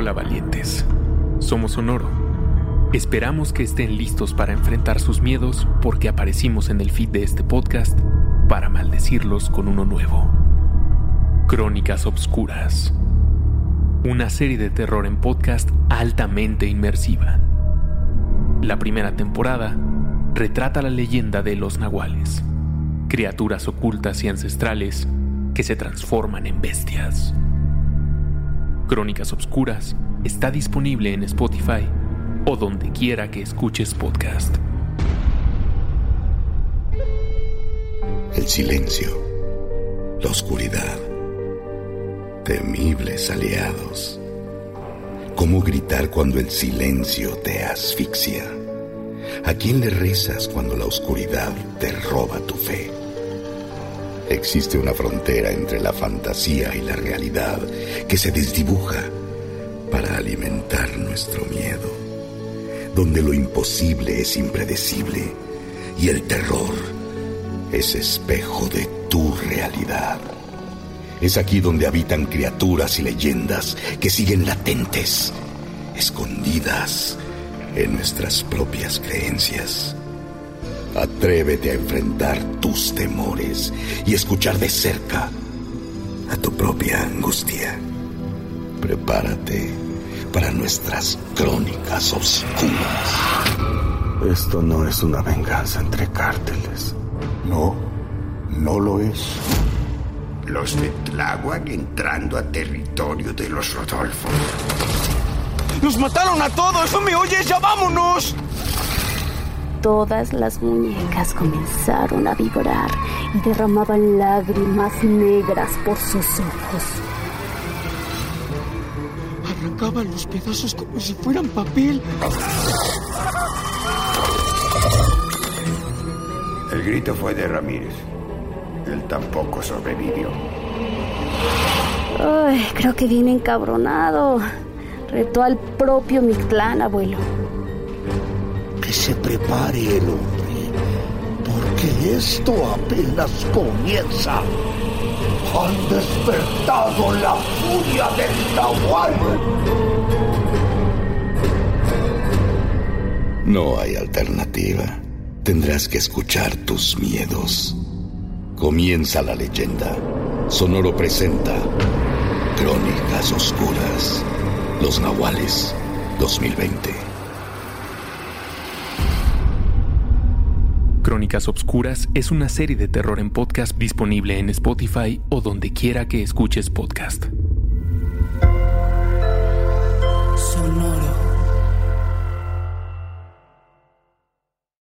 Hola valientes, somos Sonoro. Esperamos que estén listos para enfrentar sus miedos porque aparecimos en el feed de este podcast para maldecirlos con uno nuevo. Crónicas Obscuras. Una serie de terror en podcast altamente inmersiva. La primera temporada retrata la leyenda de los nahuales, criaturas ocultas y ancestrales que se transforman en bestias. Crónicas Obscuras está disponible en Spotify o donde quiera que escuches podcast. El silencio, la oscuridad, temibles aliados. ¿Cómo gritar cuando el silencio te asfixia? ¿A quién le rezas cuando la oscuridad te roba tu fe? Existe una frontera entre la fantasía y la realidad que se desdibuja para alimentar nuestro miedo, donde lo imposible es impredecible y el terror es espejo de tu realidad. Es aquí donde habitan criaturas y leyendas que siguen latentes, escondidas en nuestras propias creencias. Atrévete a enfrentar tus temores y escuchar de cerca a tu propia angustia. Prepárate para nuestras crónicas oscuras. Esto no es una venganza entre cárteles. No, no lo es. Los de Tláhuac entrando a territorio de los Rodolfos. ¡Nos mataron a todos! ¿No me oyes? ¡Ya vámonos! Todas las muñecas comenzaron a vibrar y derramaban lágrimas negras por sus ojos. Arrancaban los pedazos como si fueran papel. El grito fue de Ramírez. Él tampoco sobrevivió. Ay, creo que viene encabronado. Retó al propio Mictlán, abuelo. Que se prepare el hombre, porque esto apenas comienza. Han despertado la furia del Nahual. No hay alternativa. Tendrás que escuchar tus miedos. Comienza la leyenda. Sonoro presenta Crónicas Oscuras. Los Nahuales 2020. Crónicas Obscuras es una serie de terror en podcast disponible en Spotify o donde quiera que escuches podcast.